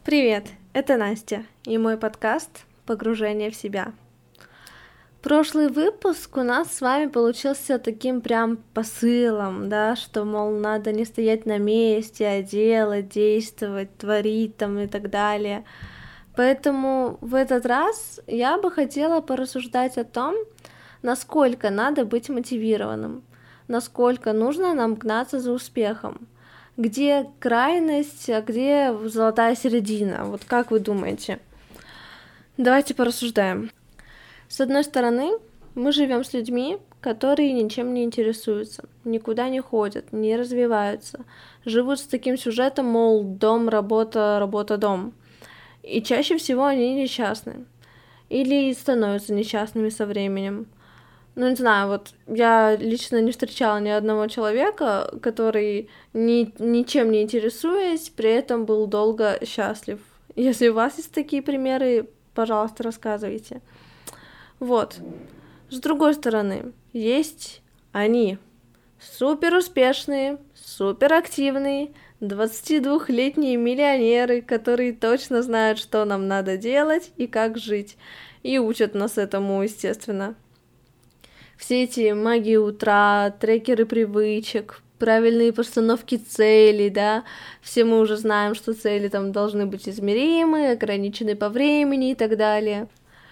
Привет, это Настя и мой подкаст «Погружение в себя». Прошлый выпуск у нас с вами получился таким прям посылом, да, что, мол, надо не стоять на месте, а делать, действовать, творить там и так далее. Поэтому в этот раз я бы хотела порассуждать о том, насколько надо быть мотивированным, насколько нужно нам гнаться за успехом, где крайность, а где золотая середина, вот как вы думаете? Давайте порассуждаем. С одной стороны, мы живем с людьми, которые ничем не интересуются, никуда не ходят, не развиваются, живут с таким сюжетом, мол, дом, работа, работа, дом. И чаще всего они несчастны. Или становятся несчастными со временем. Ну, не знаю, вот я лично не встречала ни одного человека, который, ничем не интересуясь, при этом был долго счастлив. Если у вас есть такие примеры, пожалуйста, рассказывайте. Вот. С другой стороны, есть они. Супер успешные, супер активные, 22-летние миллионеры, которые точно знают, что нам надо делать и как жить. И учат нас этому, естественно. Все эти магии утра, трекеры привычек, правильные постановки целей, да, все мы уже знаем, что цели там должны быть измеримы, ограничены по времени и так далее.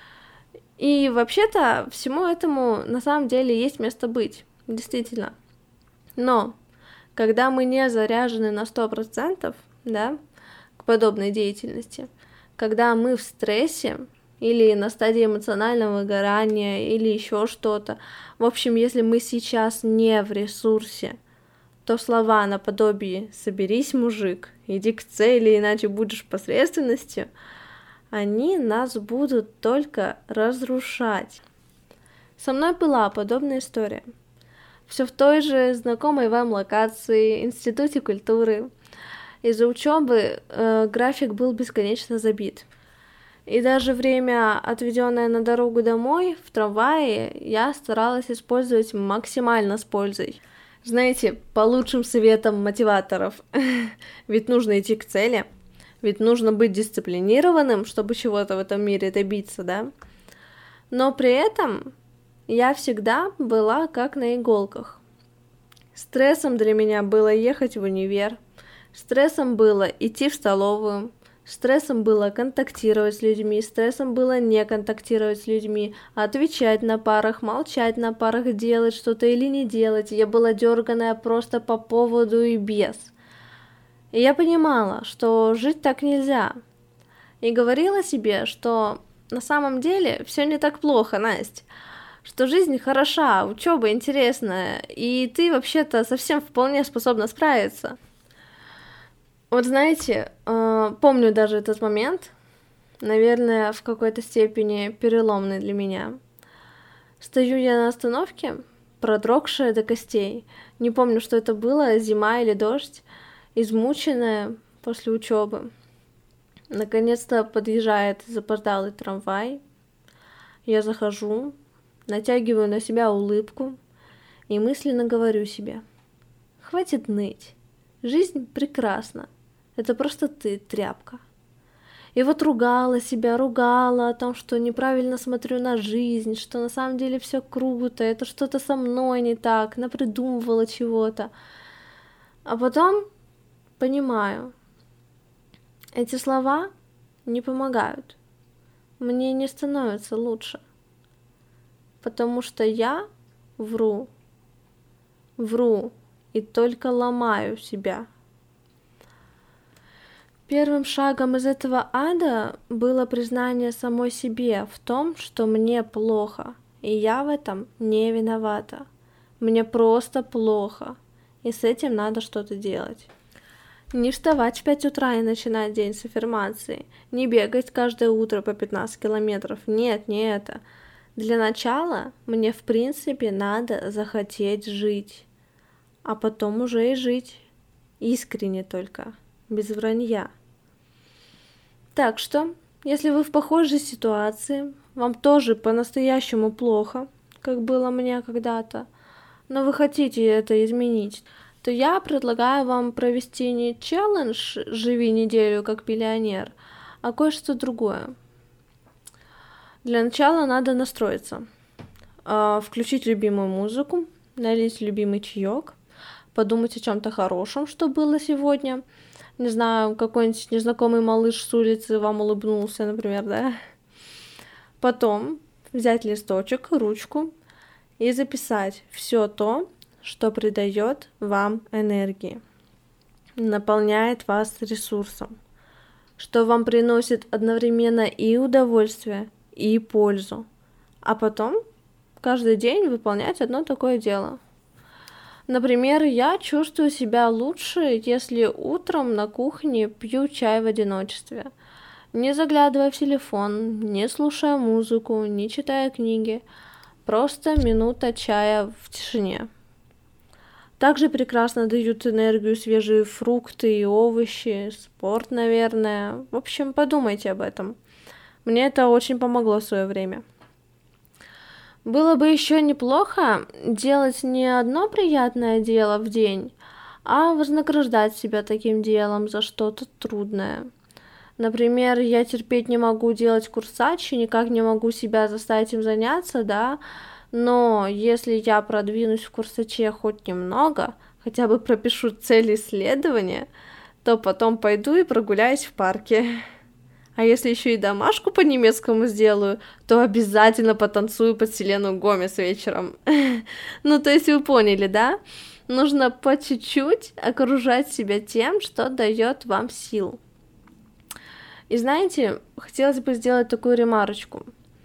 И вообще-то всему этому на самом деле есть место быть, действительно. Но когда мы не заряжены на 100%, да, к подобной деятельности, когда мы в стрессе, или на стадии эмоционального выгорания, или еще что-то. В общем, если мы сейчас не в ресурсе, то слова наподобие «соберись, мужик, иди к цели, иначе будешь посредственностью», они нас будут только разрушать. Со мной была подобная история. Все в той же знакомой вам локации, Институте культуры. Из-за учебы график был бесконечно забит. И даже время, отведенное на дорогу домой, в трамвае, я старалась использовать максимально с пользой. Знаете, по лучшим советам мотиваторов. Ведь нужно идти к цели, ведь нужно быть дисциплинированным, чтобы чего-то в этом мире добиться, да? Но при этом я всегда была как на иголках. Стрессом для меня было ехать в универ, стрессом было идти в столовую, стрессом было контактировать с людьми, стрессом было не контактировать с людьми, отвечать на парах, молчать на парах, делать что-то или не делать. Я была дерганая просто по поводу и без. И я понимала, что жить так нельзя. И говорила себе, что на самом деле все не так плохо, Настя. Что жизнь хороша, учеба интересная, и ты вообще-то совсем вполне способна справиться. Вот знаете, помню даже этот момент, наверное, в какой-то степени переломный для меня. Стою я на остановке, продрогшая до костей. Не помню, что это было, зима или дождь, измученная после учебы. Наконец-то подъезжает запоздалый трамвай. Я захожу, натягиваю на себя улыбку и мысленно говорю себе: хватит ныть, жизнь прекрасна. Это просто ты, тряпка. И вот ругала себя, ругала о том, что неправильно смотрю на жизнь, что на самом деле все круто, это что-то со мной не так, напридумывала чего-то. А потом понимаю, эти слова не помогают. Мне не становится лучше. Потому что я вру и только ломаю себя. Первым шагом из этого ада было признание самой себе в том, что мне плохо, и я в этом не виновата. Мне просто плохо, и с этим надо что-то делать. Не вставать в 5 утра и начинать день с аффирмации, не бегать каждое утро по 15 километров, нет, не это. Для начала мне в принципе надо захотеть жить, а потом уже и жить, искренне только. Без вранья. Так что, если вы в похожей ситуации, вам тоже по-настоящему плохо, как было мне когда-то, но вы хотите это изменить, то я предлагаю вам провести не челлендж «Живи неделю как миллионер», а кое-что другое. Для начала надо настроиться, включить любимую музыку, налить любимый чаек, подумать о чем-то хорошем, что было сегодня. Не знаю, какой-нибудь незнакомый малыш с улицы вам улыбнулся, например, да? Потом взять листочек, ручку и записать все то, что придает вам энергии, наполняет вас ресурсом, что вам приносит одновременно и удовольствие, и пользу. А потом каждый день выполнять одно такое дело. Например, я чувствую себя лучше, если утром на кухне пью чай в одиночестве, не заглядывая в телефон, не слушая музыку, не читая книги, просто минута чая в тишине. Также прекрасно дают энергию свежие фрукты и овощи, спорт, наверное. В общем, подумайте об этом. Мне это очень помогло в свое время. Было бы еще неплохо делать не одно приятное дело в день, а вознаграждать себя таким делом за что-то трудное. Например, я терпеть не могу делать курсач и никак не могу себя заставить им заняться, да, но если я продвинусь в курсаче хоть немного, хотя бы пропишу цели исследования, то потом пойду и прогуляюсь в парке. А если еще и домашку по немецкому сделаю, то обязательно потанцую под Селену Гомес вечером. Ну, то есть вы поняли, да? Нужно по чуть-чуть окружать себя тем, что дает вам сил. И знаете, хотелось бы сделать такую ремарочку.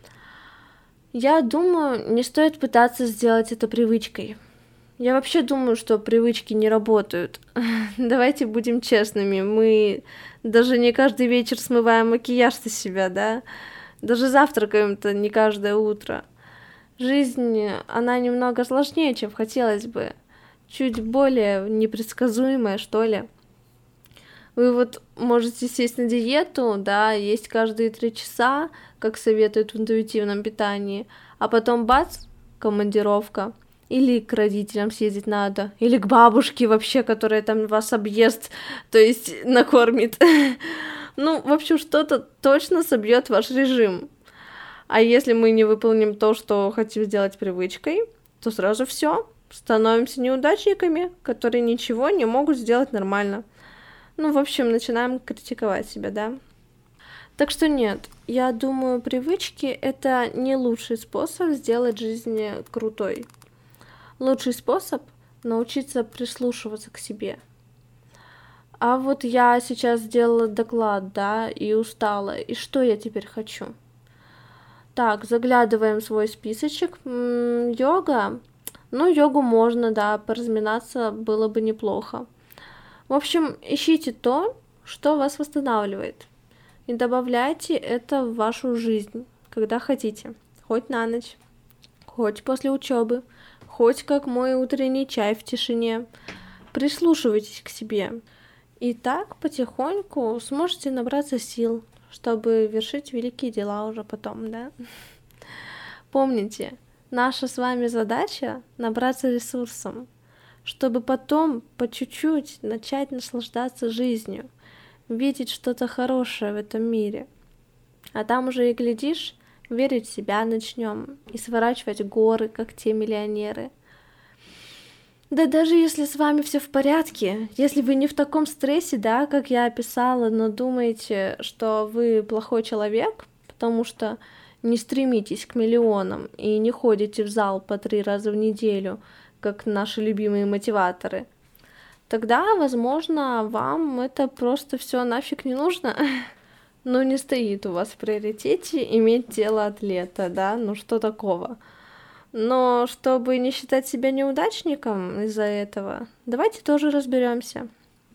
Я думаю, не стоит пытаться сделать это привычкой. Я вообще думаю, что привычки не работают. Давайте будем честными, мы даже не каждый вечер смываем макияж со себя, да? Даже завтракаем-то не каждое утро. Жизнь, она немного сложнее, чем хотелось бы. Чуть более непредсказуемая, что ли. Вы вот можете сесть на диету, да, есть каждые 3 часа, как советуют в интуитивном питании, а потом бац, командировка. Или к родителям съездить надо, или к бабушке вообще, которая там вас объест, то есть накормит. Ну, в общем, что-то точно собьет ваш режим. А если мы не выполним то, что хотим сделать привычкой, то сразу все, становимся неудачниками, которые ничего не могут сделать нормально. Ну, в общем, начинаем критиковать себя, да? Так что нет, я думаю, привычки — это не лучший способ сделать жизнь крутой. Лучший способ — научиться прислушиваться к себе. А вот я сейчас сделала доклад, да, и устала, и что я теперь хочу? Так, заглядываем в свой списочек. Йога. Ну, йогу можно, да, поразминаться было бы неплохо. В общем, ищите то, что вас восстанавливает, и добавляйте это в вашу жизнь, когда хотите, хоть на ночь, хоть после учебы, хоть как мой утренний чай в тишине. Прислушивайтесь к себе. И так потихоньку сможете набраться сил, чтобы вершить великие дела уже потом, да? Помните, наша с вами задача — набраться ресурсом, чтобы потом по чуть-чуть начать наслаждаться жизнью, видеть что-то хорошее в этом мире. А там уже и глядишь, верить в себя начнем и сворачивать горы, как те миллионеры. Да даже если с вами все в порядке, если вы не в таком стрессе, да, как я описала, но думаете, что вы плохой человек, потому что не стремитесь к миллионам и не ходите в зал по 3 раза в неделю, как наши любимые мотиваторы, тогда, возможно, вам это просто все нафиг не нужно. Ну, не стоит у вас в приоритете иметь тело атлета, да, ну что такого? Но чтобы не считать себя неудачником из-за этого, давайте тоже разберемся.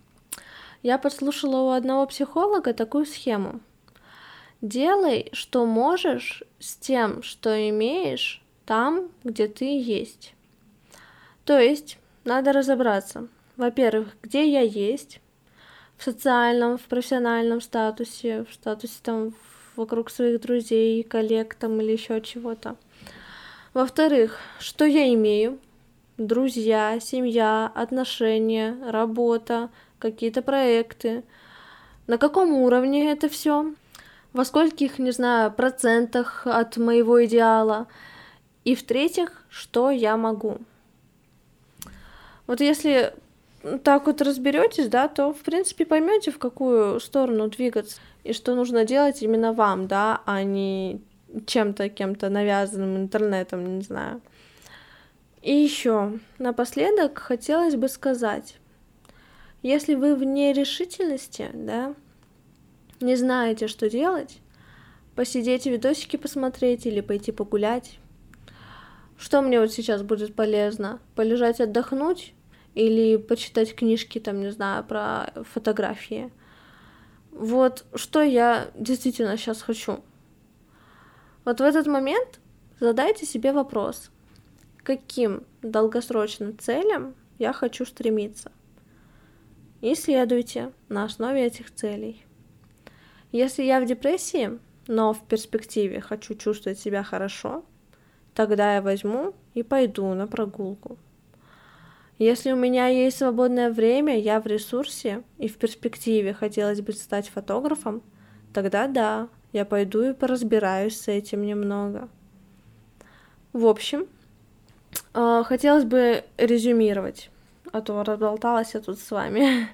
Я подслушала у одного психолога такую схему. Делай, что можешь, с тем, что имеешь, там, где ты есть. То есть, надо разобраться, во-первых, где я есть, в социальном, в профессиональном статусе, в статусе там вокруг своих друзей, коллег там или еще чего-то. Во-вторых, что я имею, друзья, семья, отношения, работа, какие-то проекты. На каком уровне это все? Во скольких, не знаю, процентах от моего идеала? И в-третьих, что я могу? Вот если так вот разберетесь, да, то, в принципе, поймете, в какую сторону двигаться и что нужно делать именно вам, да, а не чем-то, кем-то навязанным интернетом, не знаю. И еще напоследок хотелось бы сказать, если вы в нерешительности, да, не знаете, что делать, посидеть, видосики посмотреть или пойти погулять. Что мне вот сейчас будет полезно? Полежать, отдохнуть или почитать книжки, там, не знаю, про фотографии? Вот что я действительно сейчас хочу. Вот в этот момент задайте себе вопрос, к каким долгосрочным целям я хочу стремиться. И следуйте на основе этих целей. Если я в депрессии, но в перспективе хочу чувствовать себя хорошо, тогда я возьму и пойду на прогулку. Если у меня есть свободное время, я в ресурсе и в перспективе хотелось бы стать фотографом, тогда да, я пойду и поразбираюсь с этим немного. В общем, хотелось бы резюмировать, а то разболталась я тут с вами.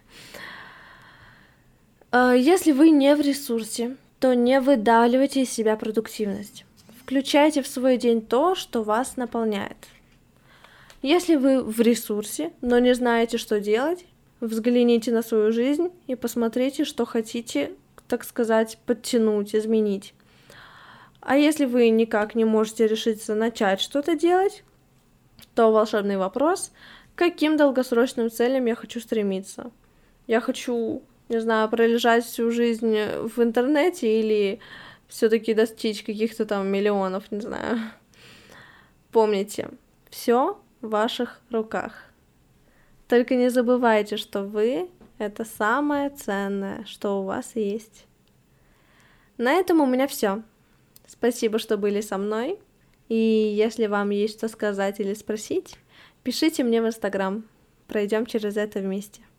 Если вы не в ресурсе, то не выдавливайте из себя продуктивность. Включайте в свой день то, что вас наполняет. Если вы в ресурсе, но не знаете, что делать, взгляните на свою жизнь и посмотрите, что хотите, так сказать, подтянуть, изменить. А если вы никак не можете решиться начать что-то делать, то волшебный вопрос, к каким долгосрочным целям я хочу стремиться. Я хочу, не знаю, пролежать всю жизнь в интернете или все-таки достичь каких-то там миллионов, не знаю. Помните, все в ваших руках. Только не забывайте, что вы — это самое ценное, что у вас есть. На этом у меня все. Спасибо, что были со мной. И если вам есть что сказать или спросить, пишите мне в Инстаграм. Пройдем через это вместе.